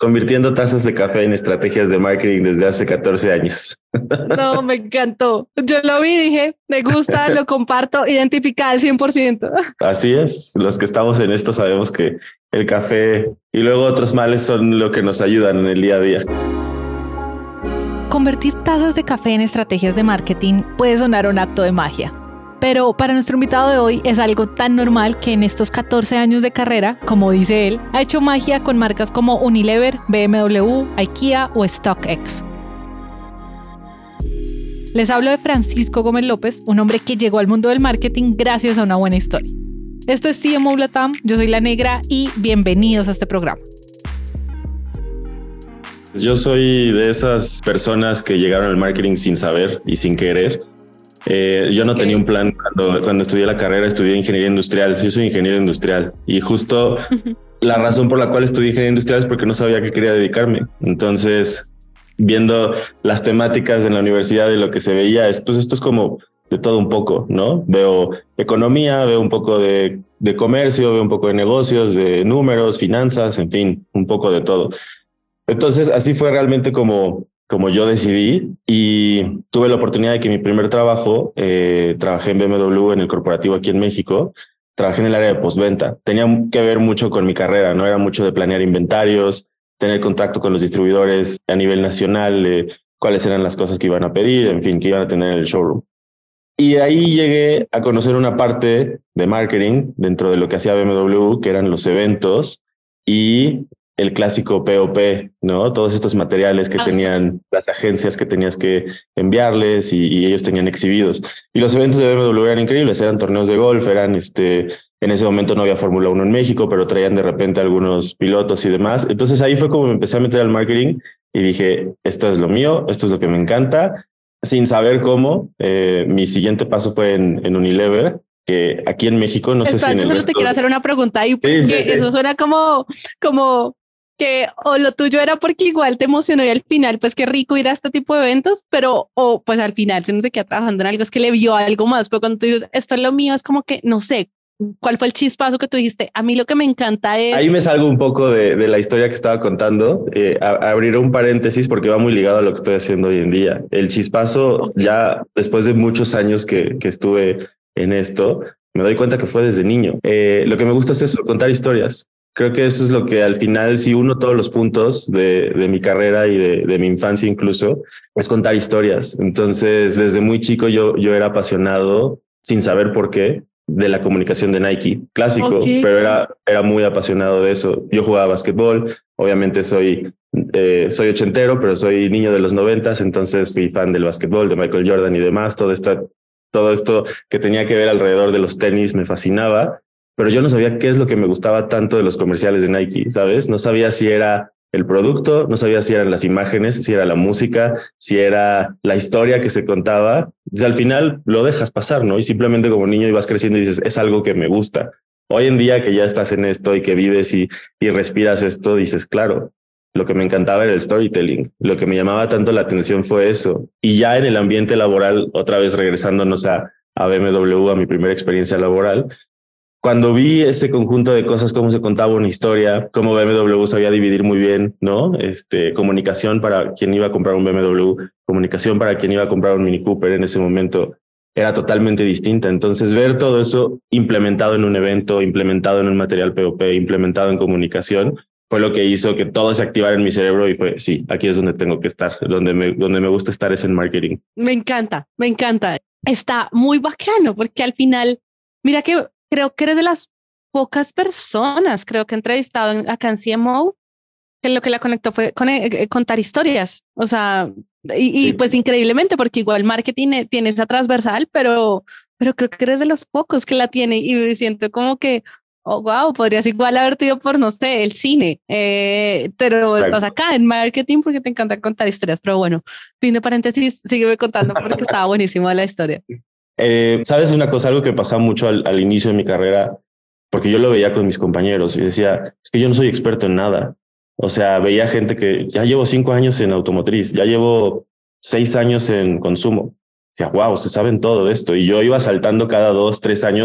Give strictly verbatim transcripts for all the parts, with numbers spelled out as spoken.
convirtiendo tazas de café en estrategias de marketing desde hace catorce años. No, me encantó. Yo lo vi y dije, me gusta, lo comparto, identificada al cien por ciento. Así es, los que estamos en esto sabemos que el café y luego otros males son lo que nos ayudan en el día a día. Convertir tazas de café en estrategias de marketing puede sonar un acto de magia. Pero para nuestro invitado de hoy es algo tan normal que en estos catorce años de carrera, como dice él, ha hecho magia con marcas como Unilever, B M W, IKEA o StockX. Les hablo de Francisco Gómez López, un hombre que llegó al mundo del marketing gracias a una buena historia. Esto es C M O Latam, yo soy La Negra y bienvenidos a este programa. Yo soy de esas personas que llegaron al marketing sin saber y sin querer. Eh, yo no okay. tenía un plan cuando, cuando estudié la carrera, estudié ingeniería industrial. Yo soy ingeniero industrial y justo la razón por la cual estudié ingeniería industrial es porque no sabía a qué quería dedicarme. Entonces, viendo las temáticas en la universidad de lo que se veía, es, pues esto es como de todo un poco, ¿no? Veo economía, veo un poco de, de comercio, veo un poco de negocios, de números, finanzas, en fin, un poco de todo. Entonces, así fue realmente como... como yo decidí y tuve la oportunidad de que mi primer trabajo, eh, trabajé en B M W en el corporativo aquí en México, trabajé en el área de postventa. Tenía que ver mucho con mi carrera, no era mucho de planear inventarios, tener contacto con los distribuidores a nivel nacional, eh, cuáles eran las cosas que iban a pedir, en fin, que iban a tener en el showroom. Y ahí llegué a conocer una parte de marketing dentro de lo que hacía B M W, que eran los eventos y el clásico P O P, ¿no? Todos estos materiales que tenían las agencias que tenías que enviarles y, y ellos tenían exhibidos. Y los eventos de B M W eran increíbles, eran torneos de golf, eran este, en ese momento no había Fórmula uno en México, pero traían de repente algunos pilotos y demás. Entonces ahí fue como me empecé a meter al marketing y dije, esto es lo mío, esto es lo que me encanta. Sin saber cómo, eh, mi siguiente paso fue en, en Unilever, que aquí en México no Está, sé si en yo el solo resto... te quiero hacer una pregunta y sí, sí, sí. Eso suena como, como que o lo tuyo era porque igual te emocionó y al final pues qué rico ir a este tipo de eventos, pero o pues al final si uno se queda trabajando en algo es que le vio algo más, pero cuando tú dices esto es lo mío es como que no sé cuál fue el chispazo que tú dijiste, a mí lo que me encanta es... Ahí me salgo un poco de, de la historia que estaba contando, eh, a, abriré un paréntesis porque va muy ligado a lo que estoy haciendo hoy en día. El chispazo okay. ya después de muchos años que, que estuve en esto, me doy cuenta que fue desde niño. Eh, lo que me gusta es eso, contar historias. Creo que eso es lo que al final, si uno todos los puntos de, de mi carrera y de, de mi infancia incluso, es contar historias. Entonces, desde muy chico yo, yo era apasionado, sin saber por qué, de la comunicación de Nike. Clásico, okay. pero era, era muy apasionado de eso. Yo jugaba básquetbol, obviamente soy, eh, soy ochentero, pero soy niño de los noventas, entonces fui fan del básquetbol, de Michael Jordan y demás. Todo, esta, todo esto que tenía que ver alrededor de los tenis me fascinaba. Pero yo no sabía qué es lo que me gustaba tanto de los comerciales de Nike, ¿sabes? No sabía si era el producto, no sabía si eran las imágenes, si era la música, si era la historia que se contaba. Entonces, al final lo dejas pasar, ¿no? Y simplemente como niño ibas creciendo y dices, es algo que me gusta. Hoy en día que ya estás en esto y que vives y, y respiras esto, dices, claro, lo que me encantaba era el storytelling. Lo que me llamaba tanto la atención fue eso. Y ya en el ambiente laboral, otra vez regresándonos a, a B M W, a mi primera experiencia laboral, cuando vi ese conjunto de cosas, cómo se contaba una historia, cómo B M W sabía dividir muy bien, ¿no? Este, comunicación para quien iba a comprar un B M W, comunicación para quien iba a comprar un Mini Cooper en ese momento, era totalmente distinta. Entonces, ver todo eso implementado en un evento, implementado en un material P O P, implementado en comunicación, fue lo que hizo que todo se activara en mi cerebro y fue, sí, aquí es donde tengo que estar, donde me, donde me gusta estar es en marketing. Me encanta, me encanta. Está muy bacano porque al final, mira que creo que eres de las pocas personas, creo que he entrevistado en, acá en C M O, que lo que la conectó fue con, eh, contar historias. O sea, y, y sí. pues increíblemente, porque igual marketing tiene esa transversal, pero, pero creo que eres de los pocos que la tiene y me siento como que, oh, wow, podrías igual haberte ido por, no sé, el cine, eh, pero Exacto. estás acá en marketing porque te encanta contar historias. Pero bueno, fin de paréntesis, sígueme contando porque estaba buenísimo la historia. Eh, ¿Sabes una cosa? Algo que pasaba mucho al, al inicio de mi carrera, porque yo lo veía con mis compañeros y decía, es que yo no soy experto en nada. O sea, veía gente que ya llevo cinco años en automotriz, ya llevo seis años en consumo. Decía, wow, se saben todo de esto. Y yo iba saltando cada dos, tres años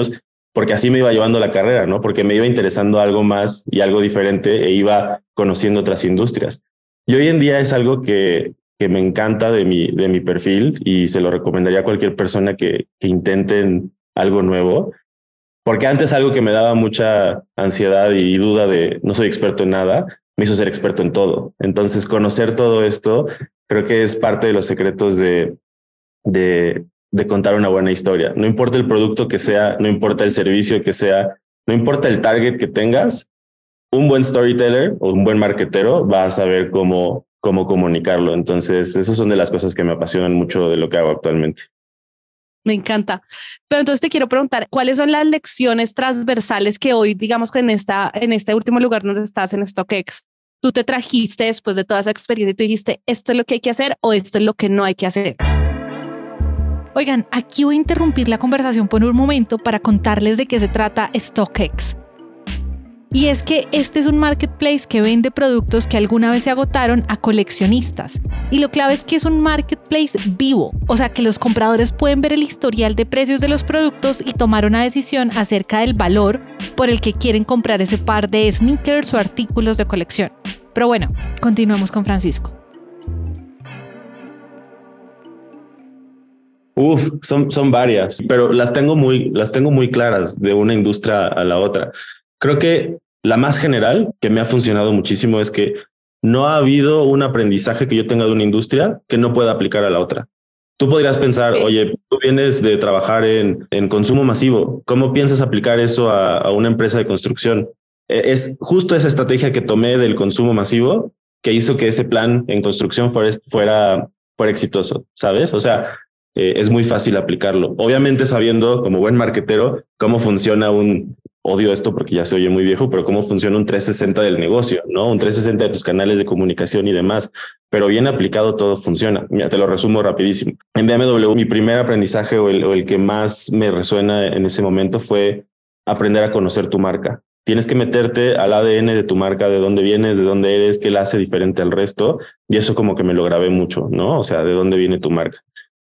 porque así me iba llevando la carrera, ¿no? Porque me iba interesando algo más y algo diferente e iba conociendo otras industrias. Y hoy en día es algo que, que me encanta de mi, de mi perfil y se lo recomendaría a cualquier persona que, que intenten algo nuevo. Porque antes algo que me daba mucha ansiedad y duda de no soy experto en nada, me hizo ser experto en todo. Entonces, conocer todo esto creo que es parte de los secretos de, de, de contar una buena historia. No importa el producto que sea, no importa el servicio que sea, no importa el target que tengas, un buen storyteller o un buen marketero va a saber cómo, cómo comunicarlo. Entonces, esas son de las cosas que me apasionan mucho de lo que hago actualmente. Me encanta. Pero entonces te quiero preguntar, ¿cuáles son las lecciones transversales que hoy, digamos que en, esta, en este último lugar donde estás en StockX, tú te trajiste después de toda esa experiencia y tú dijiste, esto es lo que hay que hacer o esto es lo que no hay que hacer? Oigan, aquí voy a interrumpir la conversación por un momento para contarles de qué se trata StockX. Y es que este es un marketplace que vende productos que alguna vez se agotaron a coleccionistas. Y lo clave es que es un marketplace vivo, o sea que los compradores pueden ver el historial de precios de los productos y tomar una decisión acerca del valor por el que quieren comprar ese par de sneakers o artículos de colección. Pero bueno, continuemos con Francisco. Uf, son, son varias, pero las tengo muy, las tengo muy claras de una industria a la otra. Creo que la más general que me ha funcionado muchísimo es que no ha habido un aprendizaje que yo tenga de una industria que no pueda aplicar a la otra. Tú podrías pensar, Sí. oye, tú vienes de trabajar en, en consumo masivo. ¿Cómo piensas aplicar eso a, a una empresa de construcción? Eh, Es justo esa estrategia que tomé del consumo masivo que hizo que ese plan en construcción fuera, fuera, fuera exitoso, ¿sabes? O sea, eh, es muy fácil aplicarlo. Obviamente sabiendo, como buen marketero, cómo funciona un... Odio esto porque ya se oye muy viejo, pero cómo funciona un trescientos sesenta del negocio, ¿no? Un trescientos sesenta de tus canales de comunicación y demás. Pero bien aplicado todo funciona. Mira, te lo resumo rapidísimo. En B M W, mi primer aprendizaje o el, o el que más me resuena en ese momento fue aprender a conocer tu marca. Tienes que meterte al A D N de tu marca, de dónde vienes, de dónde eres, qué la hace diferente al resto. Y eso como que me lo grabé mucho, ¿no? O sea, de dónde viene tu marca.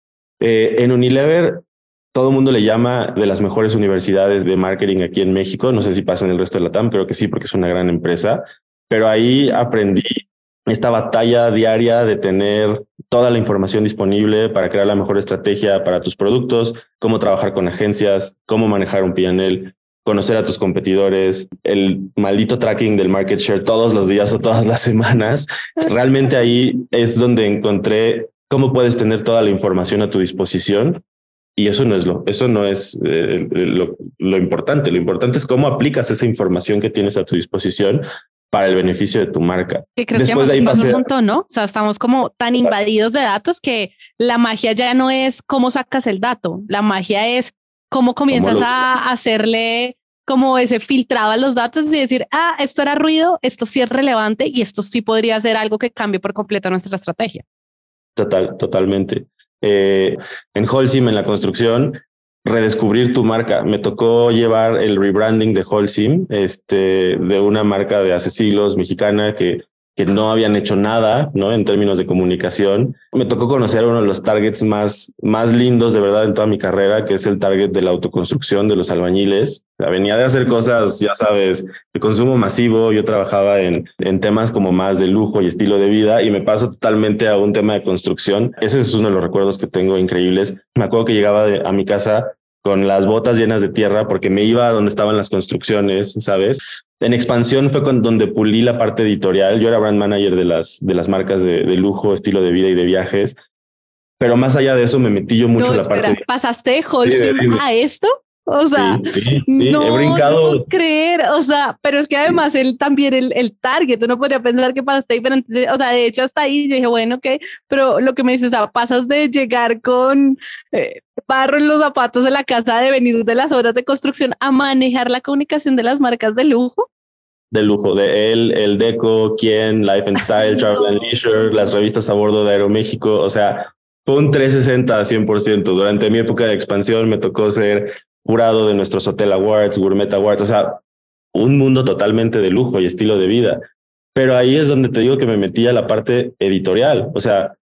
Eh, en Unilever, todo el mundo le llama de las mejores universidades de marketing aquí en México. No sé si pasa en el resto de la T A M, creo que sí, porque es una gran empresa. Pero ahí aprendí esta batalla diaria de tener toda la información disponible para crear la mejor estrategia para tus productos, cómo trabajar con agencias, cómo manejar un P and L, conocer a tus competidores, el maldito tracking del market share todos los días o todas las semanas. Realmente ahí es donde encontré cómo puedes tener toda la información a tu disposición. Y eso no es lo, eso no es eh, lo, lo importante. Lo importante es cómo aplicas esa información que tienes a tu disposición para el beneficio de tu marca. Que creo Después que de ahí pasé un montón, ¿no? O sea, estamos como tan invadidos de datos que la magia ya no es cómo sacas el dato. La magia es cómo comienzas ¿Cómo a hacerle como ese filtrado a los datos y decir, ah, esto era ruido, esto sí es relevante y esto sí podría ser algo que cambie por completo nuestra estrategia. Total, totalmente. Eh, en Holcim, en la construcción, redescubrir tu marca. Me tocó llevar el rebranding de Holcim, este, de una marca de hace siglos mexicana que, que no habían hecho nada, ¿no? En términos de comunicación. Me tocó conocer uno de los targets más, más lindos de verdad en toda mi carrera, que es el target de la autoconstrucción, de los albañiles. La venía de hacer cosas, ya sabes, de consumo masivo. Yo trabajaba en, en temas como más de lujo y estilo de vida y me paso totalmente a un tema de construcción. Ese es uno de los recuerdos que tengo increíbles. Me acuerdo que llegaba de, a mi casa con las botas llenas de tierra porque me iba a donde estaban las construcciones, ¿sabes? En Expansión fue con donde pulí la parte editorial. Yo era brand manager de las, de las marcas de, de lujo, estilo de vida y de viajes. Pero más allá de eso me metí yo mucho No, en la espera, parte... De... ¿pasaste de Holcim sí, a esto? O sea, sí, sí, sí, no, he brincado. no puedo creer, o sea, pero es que además él también el, el target, uno podría pensar que pasaste diferente, o sea, de hecho hasta ahí yo dije, bueno, ok, pero lo que me dices, o sea, pasas de llegar con eh, barro en los zapatos de la casa, de venir de las obras de construcción a manejar la comunicación de las marcas de lujo. De lujo, de él, el Deco, Quién, Life and Style, Travel and Leisure, las revistas a bordo de Aeroméxico, o sea, fue un trescientos sesenta a cien por ciento. Durante mi época de Expansión me tocó ser jurado de nuestros Hotel Awards, Gourmet Awards, o sea, un mundo totalmente de lujo y estilo de vida. Pero ahí es donde te digo que me metí a la parte editorial. O sea,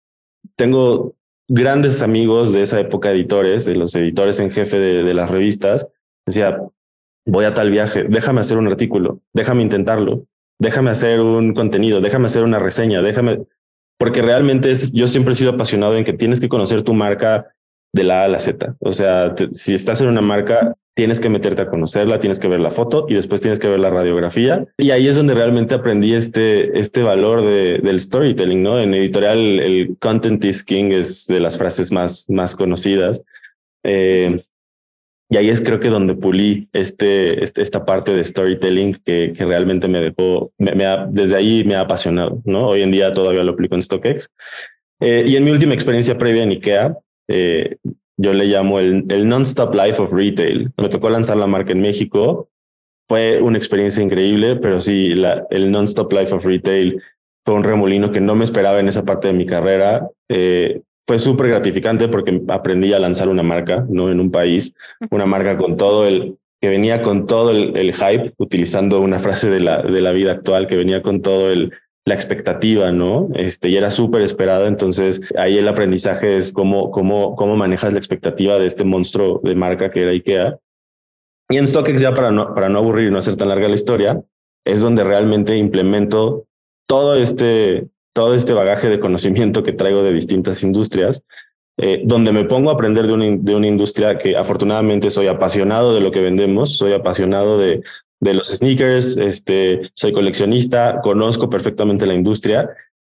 tengo grandes amigos de esa época, editores, de los editores en jefe de, de las revistas, Decía, voy a tal viaje, déjame hacer un artículo, déjame intentarlo, déjame hacer un contenido, déjame hacer una reseña, déjame... Porque realmente es, yo siempre he sido apasionado en que tienes que conocer tu marca de la A a la Z. O sea, te, si estás en una marca, tienes que meterte a conocerla, tienes que ver la foto y después tienes que ver la radiografía. Y ahí es donde realmente aprendí este, este valor de, del storytelling, ¿no? En editorial, el content is king es de las frases más, más conocidas. Eh, y ahí es creo que donde pulí este, este, esta parte de storytelling que, que realmente me dejó, me, me ha, desde ahí me ha apasionado, ¿no? Hoy en día todavía lo aplico en StockX. Eh, y en mi última experiencia previa en IKEA, eh, yo le llamo el, el non-stop life of retail. Me tocó lanzar la marca en México. Fue una experiencia increíble, pero sí, la, el non-stop life of retail fue un remolino que no me esperaba en esa parte de mi carrera. Eh, fue súper gratificante porque aprendí a lanzar una marca, ¿no? En un país, una marca con todo el, que venía con todo el, el hype, utilizando una frase de la, de la vida actual, que venía con todo el, la expectativa, ¿no? Este, y era súper esperada. Entonces ahí el aprendizaje es cómo, cómo, cómo manejas la expectativa de este monstruo de marca que era IKEA. Y en StockX, ya para no, para no aburrir y no hacer tan larga la historia, es donde realmente implemento todo este, todo este bagaje de conocimiento que traigo de distintas industrias, eh, donde me pongo a aprender de una, de una industria que afortunadamente soy apasionado de lo que vendemos, soy apasionado de, de los sneakers, este, soy coleccionista, conozco perfectamente la industria.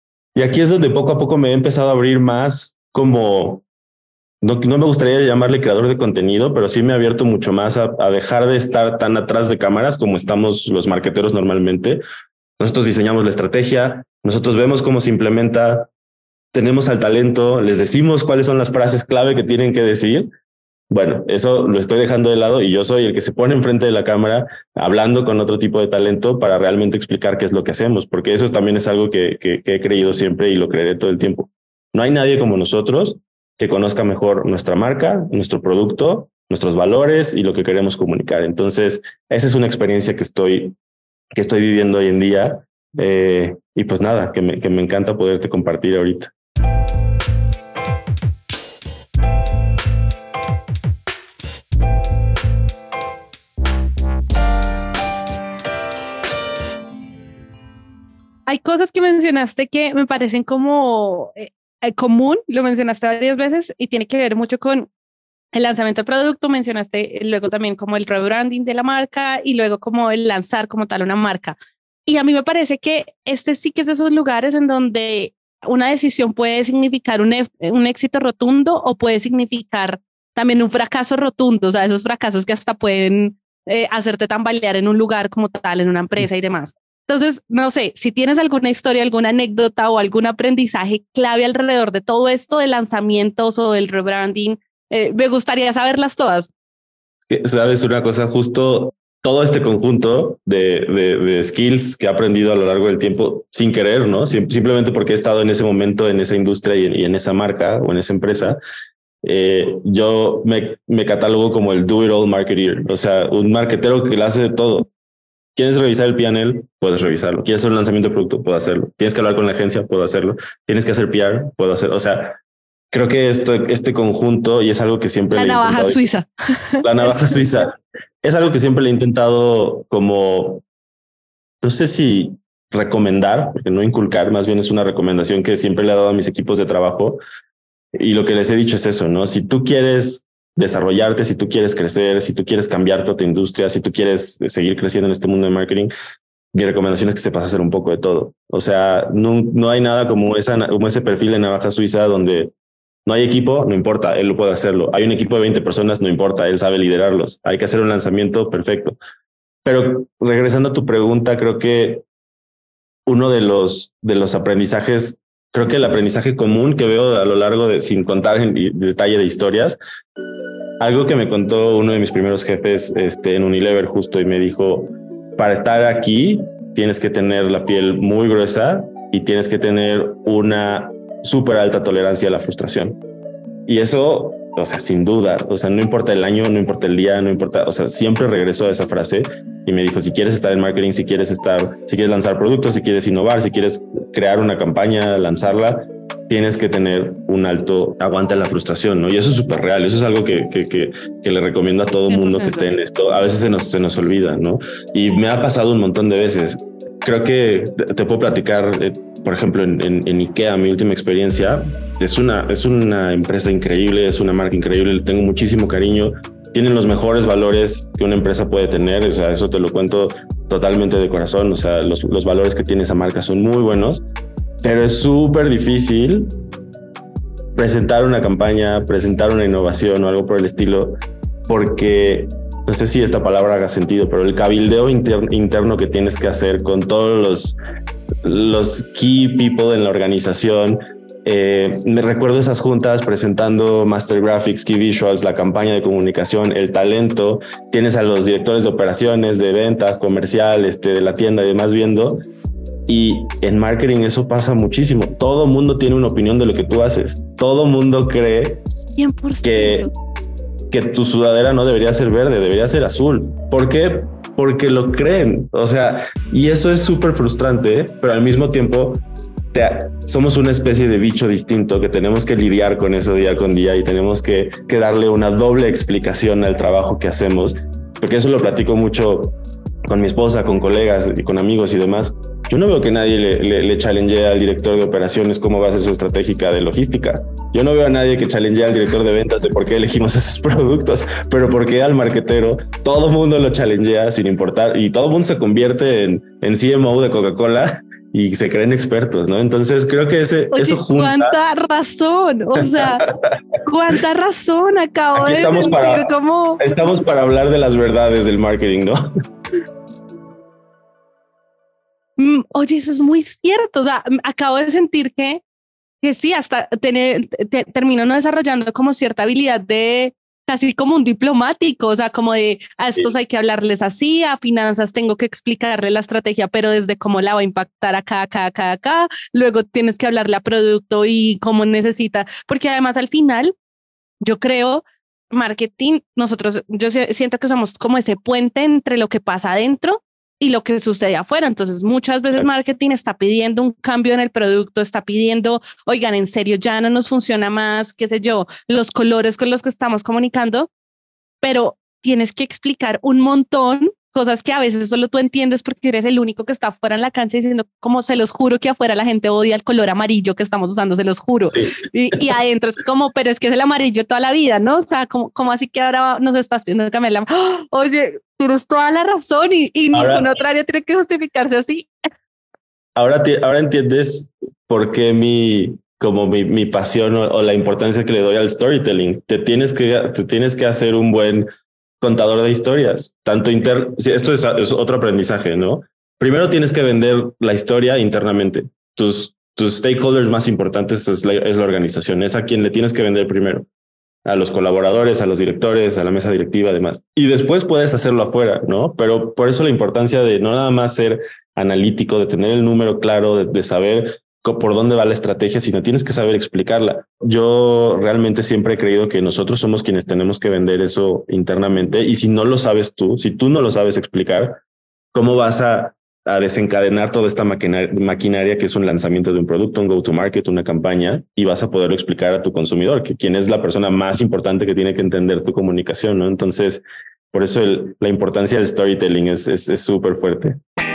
Y aquí es donde poco a poco me he empezado a abrir más como, no, no me gustaría llamarle creador de contenido, pero sí me he abierto mucho más a, a dejar de estar tan atrás de cámaras como estamos los marketeros normalmente. Nosotros diseñamos la estrategia, nosotros vemos cómo se implementa, tenemos al talento, les decimos cuáles son las frases clave que tienen que decir. Bueno, eso lo estoy dejando de lado y yo soy el que se pone enfrente de la cámara hablando con otro tipo de talento para realmente explicar qué es lo que hacemos, porque eso también es algo que, que, que he creído siempre y lo creeré todo el tiempo. No hay nadie como nosotros que conozca mejor nuestra marca, nuestro producto, nuestros valores y lo que queremos comunicar. Entonces, esa es una experiencia que estoy, que estoy viviendo hoy en día. Eh, y pues nada, que me, que me encanta poderte compartir ahorita. Hay cosas que mencionaste que me parecen como eh, común, lo mencionaste varias veces y tiene que ver mucho con el lanzamiento del producto, mencionaste luego también como el rebranding de la marca y luego como el lanzar como tal una marca. Y a mí me parece que este sí que es de esos lugares en donde una decisión puede significar un, un éxito rotundo o puede significar también un fracaso rotundo, o sea, esos fracasos que hasta pueden eh, hacerte tambalear en un lugar como tal, en una empresa y demás. Entonces, no sé, si tienes alguna historia, alguna anécdota o algún aprendizaje clave alrededor de todo esto de lanzamientos o del rebranding, eh, me gustaría saberlas todas. Sabes una cosa, justo todo este conjunto de, de, de skills que he aprendido a lo largo del tiempo sin querer, ¿no? Sim- simplemente porque he estado en ese momento, en esa industria y en, y en esa marca o en esa empresa, eh, yo me, me catalogo como el do-it-all marketeer, o sea, un marketero que lo hace de todo. ¿Quieres revisar el P and L? Puedes revisarlo. ¿Quieres hacer un lanzamiento de producto? Puedo hacerlo. ¿Tienes que hablar con la agencia? Puedo hacerlo. ¿Tienes que hacer P R? Puedo hacerlo. O sea, creo que esto, este conjunto, y es algo que siempre... La le he navaja intentado, suiza. La navaja suiza. Es algo que siempre le he intentado como, no sé si recomendar, porque no inculcar, más bien es una recomendación que siempre le he dado a mis equipos de trabajo. Y lo que les he dicho es eso, ¿no? Si tú quieres desarrollarte, si tú quieres crecer, si tú quieres cambiar toda tu industria, si tú quieres seguir creciendo en este mundo de marketing, mi recomendación es que sepas hacer un poco de todo. O sea, no, no hay nada como, esa, como ese perfil de navaja suiza donde no hay equipo, no importa, él lo puede hacerlo. Hay un equipo de veinte personas, no importa, él sabe liderarlos. Hay que hacer un lanzamiento, perfecto. Pero regresando a tu pregunta, creo que uno de los, de los aprendizajes, creo que el aprendizaje común que veo a lo largo de, sin contar en detalle de historias, algo que me contó uno de mis primeros jefes este, en Unilever justo y me dijo, para estar aquí tienes que tener la piel muy gruesa y tienes que tener una súper alta tolerancia a la frustración. Y eso, o sea, sin duda, o sea, no importa el año, no importa el día, no importa, o sea, siempre regreso a esa frase y me dijo, si quieres estar en marketing, si quieres estar, si quieres lanzar productos, si quieres innovar, si quieres crear una campaña, lanzarla, tienes que tener un alto aguante a la frustración, ¿no? Y eso es súper real, eso es algo que, que, que, que le recomiendo a todo mundo que esté en esto. A veces se nos, se nos olvida, ¿no? Y me ha pasado un montón de veces. Creo que te puedo platicar, eh, por ejemplo, en, en, en IKEA, mi última experiencia, es una, es una empresa increíble, es una marca increíble, le tengo muchísimo cariño, tienen los mejores valores que una empresa puede tener, o sea, eso te lo cuento totalmente de corazón, o sea, los, los valores que tiene esa marca son muy buenos, pero es súper difícil presentar una campaña, presentar una innovación o algo por el estilo, porque no sé si esta palabra haga sentido, pero el cabildeo inter- interno que tienes que hacer con todos los, los key people en la organización. Eh, me recuerdo esas juntas presentando Master Graphics, Key Visuals, la campaña de comunicación, el talento. Tienes a los directores de operaciones, de ventas, comercial, este, de la tienda y demás viendo. Y en marketing eso pasa muchísimo. Todo mundo tiene una opinión de lo que tú haces. Todo mundo cree cien por ciento. que, que tu sudadera no debería ser verde, debería ser azul. ¿Por qué? Porque lo creen. O sea, y eso es súper frustrante, ¿eh? Pero al mismo tiempo te, somos una especie de bicho distinto que tenemos que lidiar con eso día con día y tenemos que, que darle una doble explicación al trabajo que hacemos. Porque eso lo platico mucho con mi esposa, con colegas y con amigos y demás. Yo no veo que nadie le, le, le challengee al director de operaciones cómo va a ser su estratégica de logística. Yo no veo a nadie que challengee al director de ventas de por qué elegimos esos productos, pero por qué al marketero todo mundo lo challengea sin importar y todo mundo se convierte en, en C M O de Coca-Cola y se creen expertos, ¿no? Entonces creo que ese, Oye, eso junta... cuánta razón, o sea, cuánta razón acabo Aquí de estamos sentir para, como... estamos para hablar de las verdades del marketing, ¿no? Oye, eso es muy cierto. O sea, acabo de sentir que, que sí, hasta tener, te, termino no desarrollando como cierta habilidad de casi como un diplomático, o sea, como de a estos sí. Hay que hablarles así, a finanzas tengo que explicarle la estrategia, pero desde cómo la va a impactar acá, acá, acá, acá. Luego tienes que hablarle a producto y cómo necesita, porque además al final, yo creo, marketing, nosotros, yo siento que somos como ese puente entre lo que pasa adentro y lo que sucede afuera. Entonces muchas veces marketing está pidiendo un cambio en el producto, está pidiendo, oigan, en serio, ya no nos funciona más, qué sé yo, los colores con los que estamos comunicando, pero tienes que explicar un montón cosas que a veces solo tú entiendes porque eres el único que está afuera en la cancha diciendo como se los juro que afuera la gente odia el color amarillo que estamos usando, se los juro. Sí. Y, y adentro es como, pero es que es el amarillo toda la vida, ¿no? O sea, como, como así que ahora nos estás pidiendo cambiar la... ¡Oh! Oye, tienes toda la razón y, y ahora, ninguna otra área tiene que justificarse así. Ahora, ahora entiendes por qué mi... como mi, mi pasión o, o la importancia que le doy al storytelling. Te tienes que, te tienes que hacer un buen contador de historias, tanto interno, esto es, es otro aprendizaje, ¿no? Primero tienes que vender la historia internamente. Tus, tus stakeholders más importantes es la, es la organización, es a quien le tienes que vender primero, a los colaboradores, a los directores, a la mesa directiva, además. Y después puedes hacerlo afuera, ¿no? Pero por eso la importancia de no nada más ser analítico, de tener el número claro, de, de saber por dónde va la estrategia, sino tienes que saber explicarla. Yo realmente siempre he creído que nosotros somos quienes tenemos que vender eso internamente y si no lo sabes tú, si tú no lo sabes explicar, ¿cómo vas a, a desencadenar toda esta maquinaria, maquinaria que es un lanzamiento de un producto, un go-to-market, una campaña y vas a poderlo explicar a tu consumidor, que quien es la persona más importante que tiene que entender tu comunicación, ¿no? Entonces, por eso el, la importancia del storytelling es es es súper fuerte.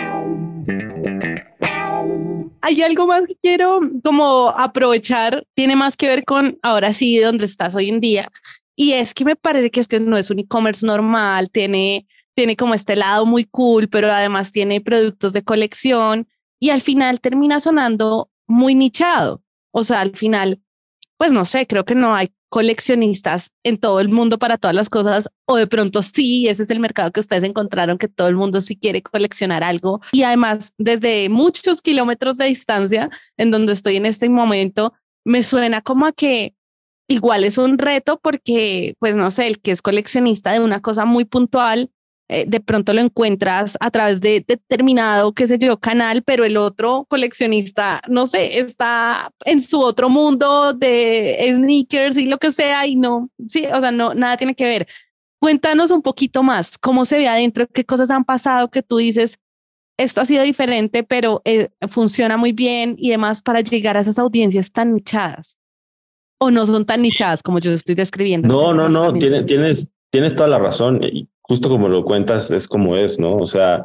Hay algo más que quiero como aprovechar, tiene más que ver con ahora sí donde estás hoy en día y es que me parece que esto no es un e-commerce normal, tiene, tiene como este lado muy cool, pero además tiene productos de colección y al final termina sonando muy nichado, o sea, al final, pues no sé, creo que no hay coleccionistas en todo el mundo para todas las cosas o de pronto sí, ese es el mercado que ustedes encontraron, que todo el mundo sí quiere coleccionar algo y además desde muchos kilómetros de distancia en donde estoy en este momento me suena como a que igual es un reto porque pues no sé, el que es coleccionista de una cosa muy puntual eh, de pronto lo encuentras a través de determinado, qué sé yo, canal, pero el otro coleccionista, no sé, está en su otro mundo de sneakers y lo que sea y no, sí, o sea, no, nada tiene que ver. Cuéntanos un poquito más, cómo se ve adentro, qué cosas han pasado que tú dices, esto ha sido diferente, pero eh, funciona muy bien y demás para llegar a esas audiencias tan nichadas? ¿O no son tan sí. nichadas como yo estoy describiendo? No, no, no, tienes, tienes, tienes toda la razón. Y justo como lo cuentas, es como es, ¿no? O sea,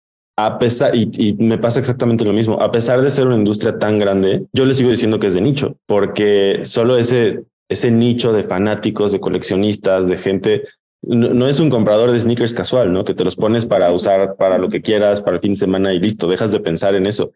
a pesar, y, y me pasa exactamente lo mismo, a pesar de ser una industria tan grande, yo le sigo diciendo que es de nicho, porque solo ese, ese nicho de fanáticos, de coleccionistas, de gente, no, no es un comprador de sneakers casual, ¿no? Que te los pones para usar para lo que quieras, para el fin de semana y listo, dejas de pensar en eso.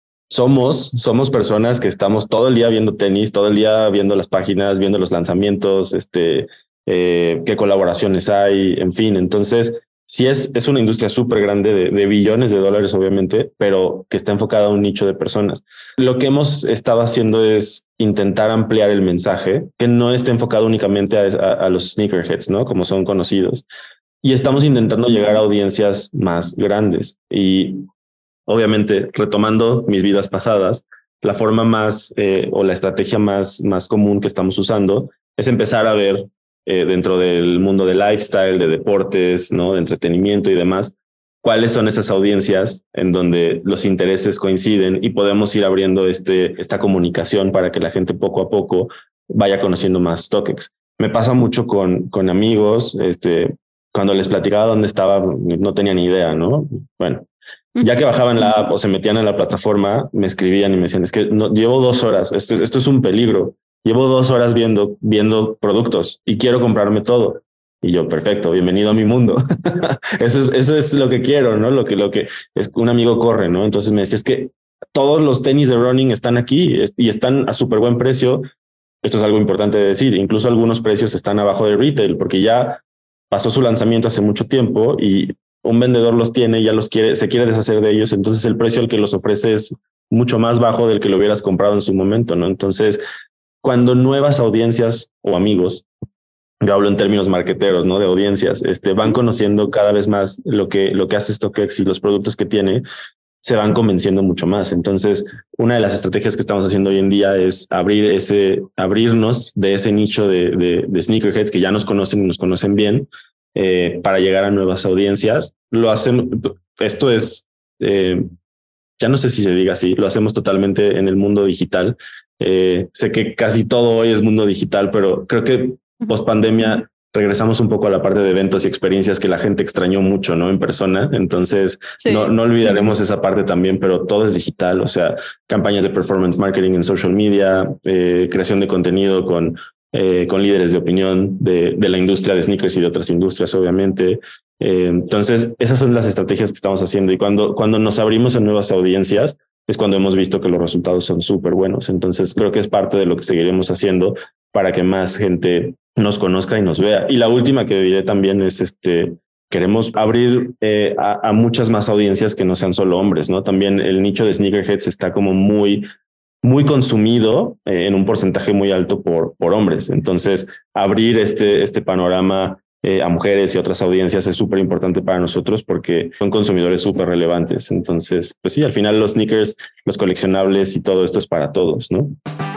Somos, somos personas que estamos todo el día viendo tenis, todo el día viendo las páginas, viendo los lanzamientos, este, eh, qué colaboraciones hay, en fin. Entonces, sí es, es una industria súper grande de, de billones de dólares, obviamente, pero que está enfocada a un nicho de personas. Lo que hemos estado haciendo es intentar ampliar el mensaje, que no esté enfocado únicamente a, a, a los sneakerheads, ¿no? Como son conocidos. Y estamos intentando llegar a audiencias más grandes. Y obviamente, retomando mis vidas pasadas, la forma más eh, o la estrategia más, más común que estamos usando es empezar a ver eh, dentro del mundo de lifestyle, de deportes, ¿no? De entretenimiento y demás, cuáles son esas audiencias en donde los intereses coinciden y podemos ir abriendo este, esta comunicación para que la gente poco a poco vaya conociendo más StockX. Me pasa mucho con, con amigos, este, cuando les platicaba dónde estaba, no tenían ni idea, ¿no? Bueno, ya que bajaban la app o se metían a la plataforma, me escribían y me decían, es que no, llevo dos horas, esto, esto es un peligro, llevo dos horas viendo, viendo productos y quiero comprarme todo. Y yo, perfecto, bienvenido a mi mundo. eso, es, eso es lo que quiero, ¿no? Lo que, lo que es un amigo corre, ¿no? Entonces me decía, es que todos los tenis de running están aquí y están a súper buen precio. Esto es algo importante de decir, incluso algunos precios están abajo de retail porque ya pasó su lanzamiento hace mucho tiempo y un vendedor los tiene, ya los quiere, se quiere deshacer de ellos, entonces el precio al que los ofrece es mucho más bajo del que lo hubieras comprado en su momento, ¿no? Entonces, cuando nuevas audiencias o amigos, yo hablo en términos marqueteros, ¿no? De audiencias, este, van conociendo cada vez más lo que, lo que hace StockX y los productos que tiene, se van convenciendo mucho más. Entonces, una de las estrategias que estamos haciendo hoy en día es abrir ese, abrirnos de ese nicho de, de, de sneakerheads que ya nos conocen y nos conocen bien, Eh, para llegar a nuevas audiencias. Lo hacemos, esto es, eh, ya no sé si se diga así, lo hacemos totalmente en el mundo digital. Eh, sé que casi todo hoy es mundo digital, pero creo que post pandemia regresamos un poco a la parte de eventos y experiencias que la gente extrañó mucho, ¿no? En persona. Entonces, sí. no, no olvidaremos esa parte también, pero todo es digital. O sea, campañas de performance marketing en social media, eh, creación de contenido con Eh, con líderes de opinión de, de la industria de sneakers y de otras industrias, obviamente. Eh, entonces, esas son las estrategias que estamos haciendo y cuando, cuando nos abrimos en nuevas audiencias es cuando hemos visto que los resultados son súper buenos. Entonces, creo que es parte de lo que seguiremos haciendo para que más gente nos conozca y nos vea. Y la última que diré también es, este, queremos abrir eh, a, a muchas más audiencias que no sean solo hombres, ¿no? También el nicho de sneakerheads está como muy muy consumido eh, en un porcentaje muy alto por, por hombres. Entonces, abrir este, este panorama eh, a mujeres y otras audiencias es súper importante para nosotros porque son consumidores súper relevantes. Entonces, pues sí, al final los sneakers, los coleccionables y todo esto es para todos, ¿no?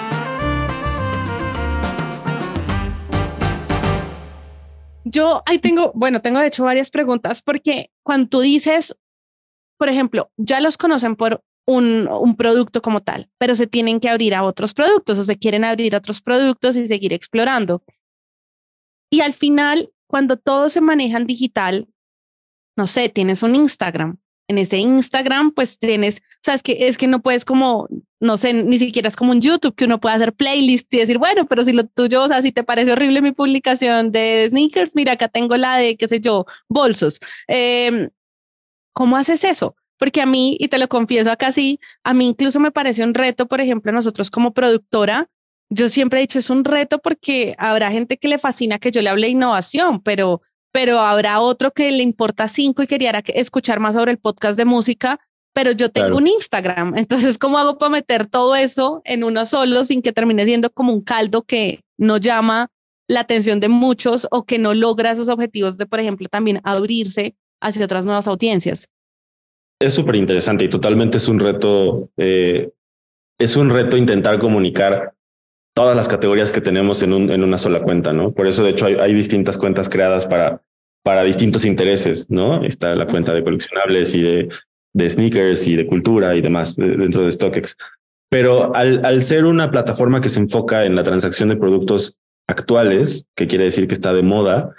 Yo ahí tengo, bueno, tengo de hecho varias preguntas porque cuando tú dices, por ejemplo, ya los conocen por Un, un producto como tal, pero se tienen que abrir a otros productos o se quieren abrir a otros productos y seguir explorando. Y al final, cuando todo se maneja en digital, no sé, tienes un Instagram. En ese Instagram, pues tienes, o sea, es que, es que no puedes como, no sé, ni siquiera es como un YouTube que uno puede hacer playlists y decir, bueno, pero si lo tuyo, o sea, si te parece horrible mi publicación de sneakers, mira, acá tengo la de, qué sé yo, bolsos. Eh, ¿Cómo haces eso? Porque a mí, y te lo confieso acá sí, a mí incluso me parece un reto, por ejemplo, nosotros como productora, yo siempre he dicho es un reto porque habrá gente que le fascina que yo le hable de innovación, pero, pero habrá otro que le importa cinco y quería escuchar más sobre el podcast de música, pero yo tengo claro. un Instagram. Entonces, ¿cómo hago para meter todo eso en uno solo sin que termine siendo como un caldo que no llama la atención de muchos o que no logra esos objetivos de, por ejemplo, también abrirse hacia otras nuevas audiencias? Es súper interesante y totalmente es un reto, eh, es un reto intentar comunicar todas las categorías que tenemos en, un, en una sola cuenta, ¿no? Por eso, de hecho, hay, hay distintas cuentas creadas para, para distintos intereses, ¿no? Está la cuenta de coleccionables y de, de sneakers y de cultura y demás de, dentro de StockX. Pero al, al ser una plataforma que se enfoca en la transacción de productos actuales, que quiere decir que está de moda,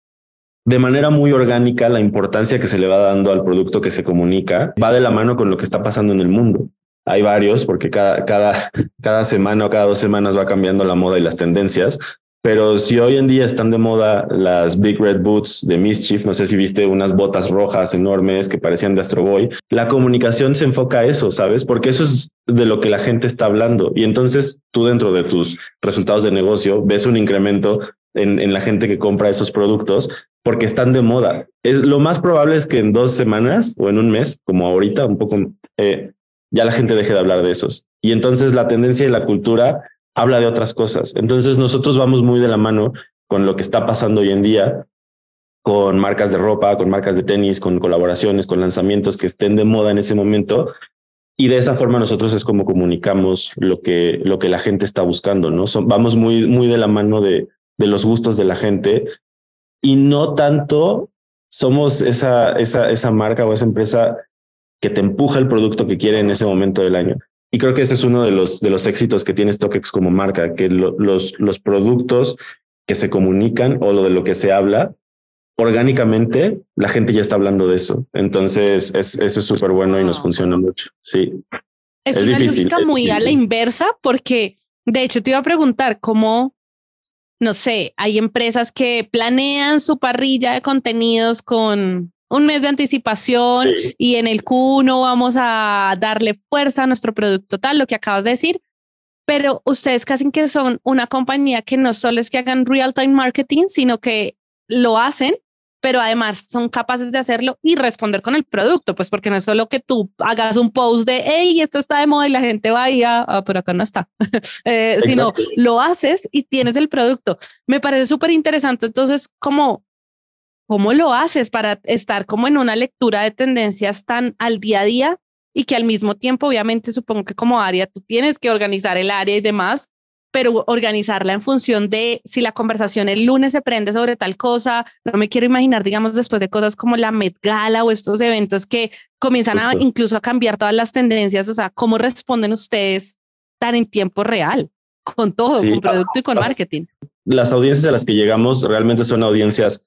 de manera muy orgánica, la importancia que se le va dando al producto que se comunica va de la mano con lo que está pasando en el mundo. Hay varios, porque cada, cada, cada semana o cada dos semanas va cambiando la moda y las tendencias. Pero si hoy en día están de moda las Big Red Boots de Mischief, no sé si viste unas botas rojas enormes que parecían de Astro Boy, la comunicación se enfoca a eso, ¿sabes? Porque eso es de lo que la gente está hablando. Y entonces tú dentro de tus resultados de negocio ves un incremento en, en la gente que compra esos productos porque están de moda. Es, lo más probable es que en dos semanas o en un mes, como ahorita, un poco, eh, ya la gente deje de hablar de esos. Y entonces la tendencia y la cultura habla de otras cosas. Entonces nosotros vamos muy de la mano con lo que está pasando hoy en día, con marcas de ropa, con marcas de tenis, con colaboraciones, con lanzamientos que estén de moda en ese momento. Y de esa forma nosotros es como comunicamos lo que, lo que la gente está buscando, ¿no? Son, vamos muy, muy de la mano de, de los gustos de la gente y no tanto somos esa, esa, esa marca o esa empresa que te empuja el producto que quiere en ese momento del año. Y creo que ese es uno de los, de los éxitos que tiene StockX como marca, que lo, los, los productos que se comunican o lo de lo que se habla, orgánicamente la gente ya está hablando de eso. Entonces es, eso es súper bueno y nos funciona mucho. Sí. Es, es una difícil, lógica muy difícil. A la inversa, porque de hecho te iba a preguntar cómo, no sé, hay empresas que planean su parrilla de contenidos con un mes de anticipación sí. y en el Q uno vamos a darle fuerza a nuestro producto tal, lo que acabas de decir, pero ustedes casi que son una compañía que no solo es que hagan real-time marketing, sino que lo hacen, pero además son capaces de hacerlo y responder con el producto, pues porque no es solo que tú hagas un post de, hey, esto está de moda y la gente va y ah, ah por acá no está, eh, sino lo haces y tienes el producto. Me parece súper interesante, entonces, como ¿cómo lo haces para estar como en una lectura de tendencias tan al día a día y que al mismo tiempo, obviamente, supongo que como área tú tienes que organizar el área y demás, pero organizarla en función de si la conversación el lunes se prende sobre tal cosa? No me quiero imaginar, digamos, después de cosas como la Met Gala o estos eventos que comienzan a, incluso a cambiar todas las tendencias. O sea, ¿cómo responden ustedes tan en tiempo real con todo, sí, con producto y con marketing? Las audiencias a las que llegamos realmente son audiencias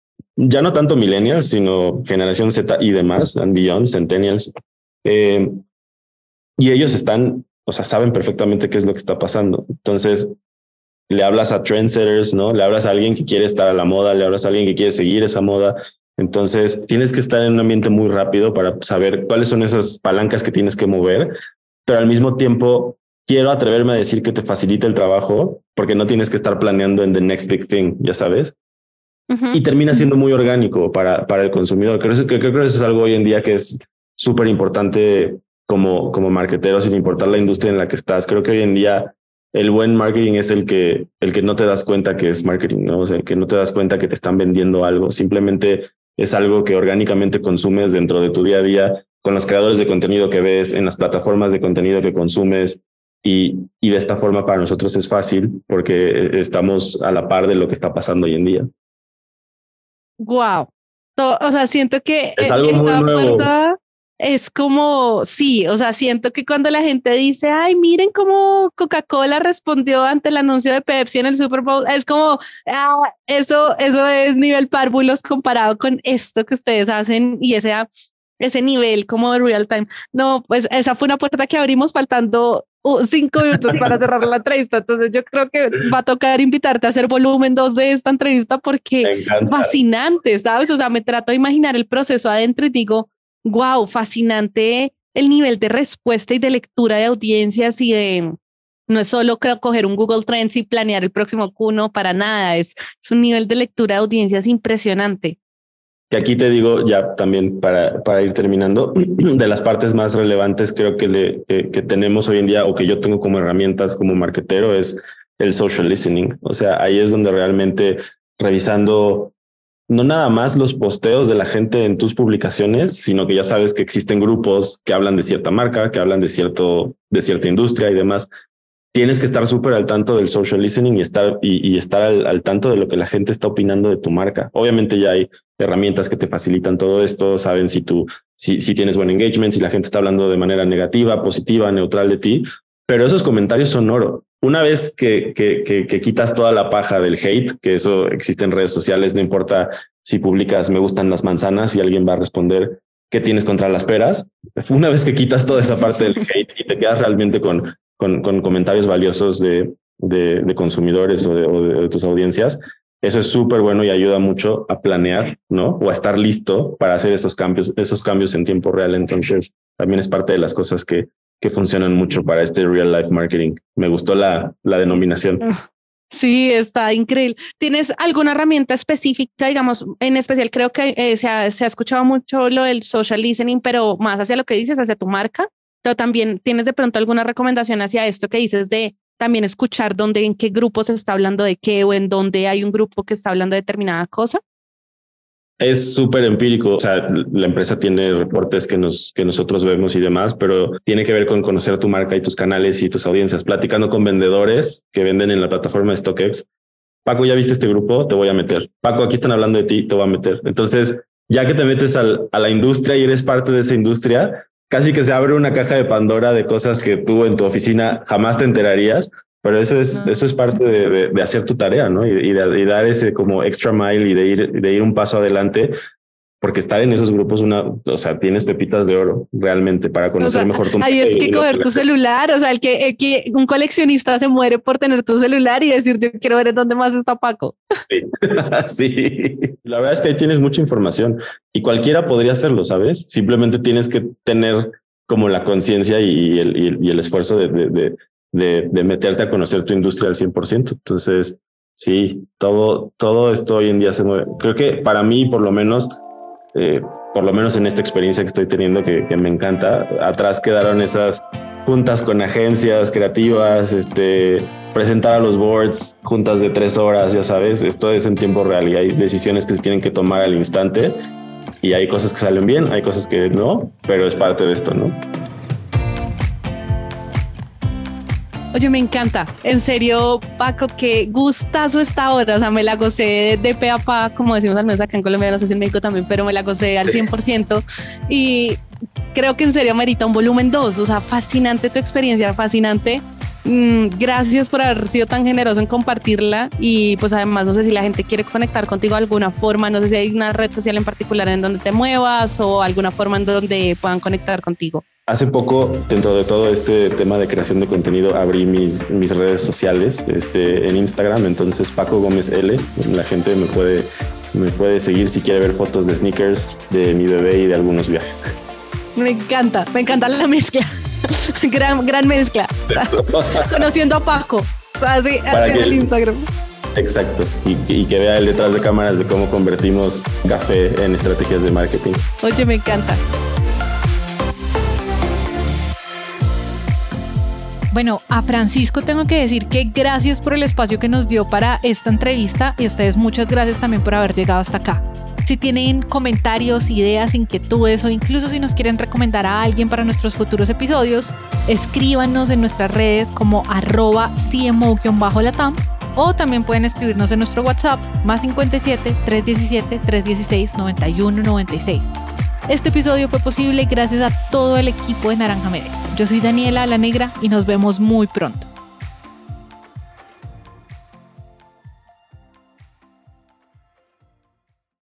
ya no tanto millennials, sino generación Z y demás, and beyond, centennials. Eh, y ellos están, o sea, saben perfectamente qué es lo que está pasando. Entonces, le hablas a trendsetters, ¿no? Le hablas a alguien que quiere estar a la moda, le hablas a alguien que quiere seguir esa moda. Entonces, tienes que estar en un ambiente muy rápido para saber cuáles son esas palancas que tienes que mover, pero al mismo tiempo quiero atreverme a decir que te facilita el trabajo porque no tienes que estar planeando en the next big thing, ya sabes. Uh-huh. Y termina siendo muy orgánico para, para el consumidor. Creo que, creo que eso es algo hoy en día que es súper importante como, como marketero, sin importar la industria en la que estás. Creo que hoy en día el buen marketing es el que, el que no te das cuenta que es marketing, ¿no? O sea, el que no te das cuenta que te están vendiendo algo. Simplemente es algo que orgánicamente consumes dentro de tu día a día, con los creadores de contenido que ves, en las plataformas de contenido que consumes. Y, y de esta forma para nosotros es fácil porque estamos a la par de lo que está pasando hoy en día. Wow. O sea, siento que es algo esta muy nuevo. Puerta es como, sí, o sea, siento que cuando la gente dice, ay, miren cómo Coca-Cola respondió ante el anuncio de Pepsi en el Super Bowl, es como, ah, eso, eso es nivel párvulos comparado con esto que ustedes hacen y ese, ese nivel como de real time. No, pues esa fue una puerta que abrimos faltando Uh, cinco minutos para cerrar la entrevista. Entonces yo creo que va a tocar invitarte a hacer volumen dos de esta entrevista porque fascinante, ¿sabes? O sea, me trato de imaginar el proceso adentro y digo, wow, fascinante el nivel de respuesta y de lectura de audiencias y de, no es solo coger un Google Trends y planear el próximo Q uno para nada, es, es un nivel de lectura de audiencias impresionante. Y aquí te digo ya también para, para ir terminando, de las partes más relevantes creo que, le, que, que tenemos hoy en día o que yo tengo como herramientas como marketero es el social listening. O sea, ahí es donde realmente revisando no nada más los posteos de la gente en tus publicaciones, sino que ya sabes que existen grupos que hablan de cierta marca, que hablan de, cierto, de cierta industria y demás. tienes que estar súper al tanto del social listening y estar, y, y estar al, al tanto de lo que la gente está opinando de tu marca. Obviamente ya hay herramientas que te facilitan todo esto, saben si tú, si, si tienes buen engagement, si la gente está hablando de manera negativa, positiva, neutral de ti, pero esos comentarios son oro. Una vez que, que, que, que quitas toda la paja del hate, que eso existe en redes sociales, no importa si publicas me gustan las manzanas y alguien va a responder qué tienes contra las peras. Una vez que quitas toda esa parte del hate y te quedas realmente con, con, con comentarios valiosos de, de, de consumidores o de, o de, de tus audiencias, eso es súper bueno y ayuda mucho a planear, ¿no? O a estar listo para hacer esos cambios, esos cambios en tiempo real. Entonces, también es parte de las cosas que, que funcionan mucho para este real life marketing. Me gustó la, la denominación. Sí, está increíble. ¿Tienes alguna herramienta específica, digamos, en especial? Creo que eh, se, ha, se ha escuchado mucho lo del social listening, pero más hacia lo que dices, hacia tu marca, pero también tienes de pronto alguna recomendación hacia esto que dices de también escuchar dónde, en qué grupo se está hablando de qué o en dónde hay un grupo que está hablando de determinada cosa. Es súper empírico. O sea, la empresa tiene reportes que nos, que nosotros vemos y demás, pero tiene que ver con conocer tu marca y tus canales y tus audiencias. Platicando con vendedores que venden en la plataforma de StockX. Paco, ¿ya viste este grupo? Te voy a meter. Paco, aquí están hablando de ti, te voy a meter. Entonces, ya que te metes al, a la industria y eres parte de esa industria, casi que se abre una caja de Pandora de cosas que tú en tu oficina jamás te enterarías. Pero eso es, eso es parte de, de, de hacer tu tarea, ¿no? Y, y, de, y dar ese como extra mile y de ir, de ir un paso adelante, porque estar en esos grupos, una, o sea, tienes pepitas de oro realmente para conocer, o sea, mejor tu marca. Ahí es que coger tu celular, o sea, el que, el que un coleccionista se muere por tener tu celular y decir, yo quiero ver en dónde más está Paco. Sí. Sí, la verdad es que ahí tienes mucha información y cualquiera podría hacerlo, ¿sabes? Simplemente tienes que tener como la conciencia y el, y, el, y el esfuerzo de, de, de De, de meterte a conocer tu industria al cien por ciento. Entonces, sí, todo, todo esto hoy en día se mueve. Creo que para mí, por lo menos, eh, por lo menos en esta experiencia que estoy teniendo, que, que me encanta, atrás quedaron esas juntas con agencias creativas, este, presentar a los boards, juntas de tres horas, ya sabes, esto es en tiempo real y hay decisiones que se tienen que tomar al instante y hay cosas que salen bien, hay cosas que no, pero es parte de esto, ¿no? Oye, me encanta. En serio, Paco, qué gustazo esta hora. O sea, me la gocé de pe a pa, como decimos al menos acá en Colombia, no sé si en México también, pero me la gocé al cien por ciento. Y creo que en serio merita un volumen dos. O sea, fascinante tu experiencia, fascinante. Mm, gracias por haber sido tan generoso en compartirla. Y pues además, no sé si la gente quiere conectar contigo de alguna forma. No sé si hay una red social en particular en donde te muevas o alguna forma en donde puedan conectar contigo. Hace poco, dentro de todo este tema de creación de contenido, abrí mis, mis redes sociales este, en Instagram. Entonces, Paco Gómez L. La gente me puede, me puede seguir si quiere ver fotos de sneakers, de mi bebé y de algunos viajes. Me encanta, me encanta la mezcla. gran, gran mezcla. Conociendo a Paco. Así, así en el Instagram. Exacto. Y, y que vea el detrás de cámaras de cómo convertimos café en estrategias de marketing. Oye, me encanta. Bueno, a Francisco tengo que decir que gracias por el espacio que nos dio para esta entrevista y a ustedes muchas gracias también por haber llegado hasta acá. Si tienen comentarios, ideas, inquietudes o incluso si nos quieren recomendar a alguien para nuestros futuros episodios, escríbanos en nuestras redes como arroba C M O-Latam o también pueden escribirnos en nuestro WhatsApp más cincuenta y siete, trescientos diecisiete, trescientos dieciséis, noventa y uno noventa y seis. Este episodio fue posible gracias a todo el equipo de Naranja Media. Yo soy Daniela La Negra y nos vemos muy pronto.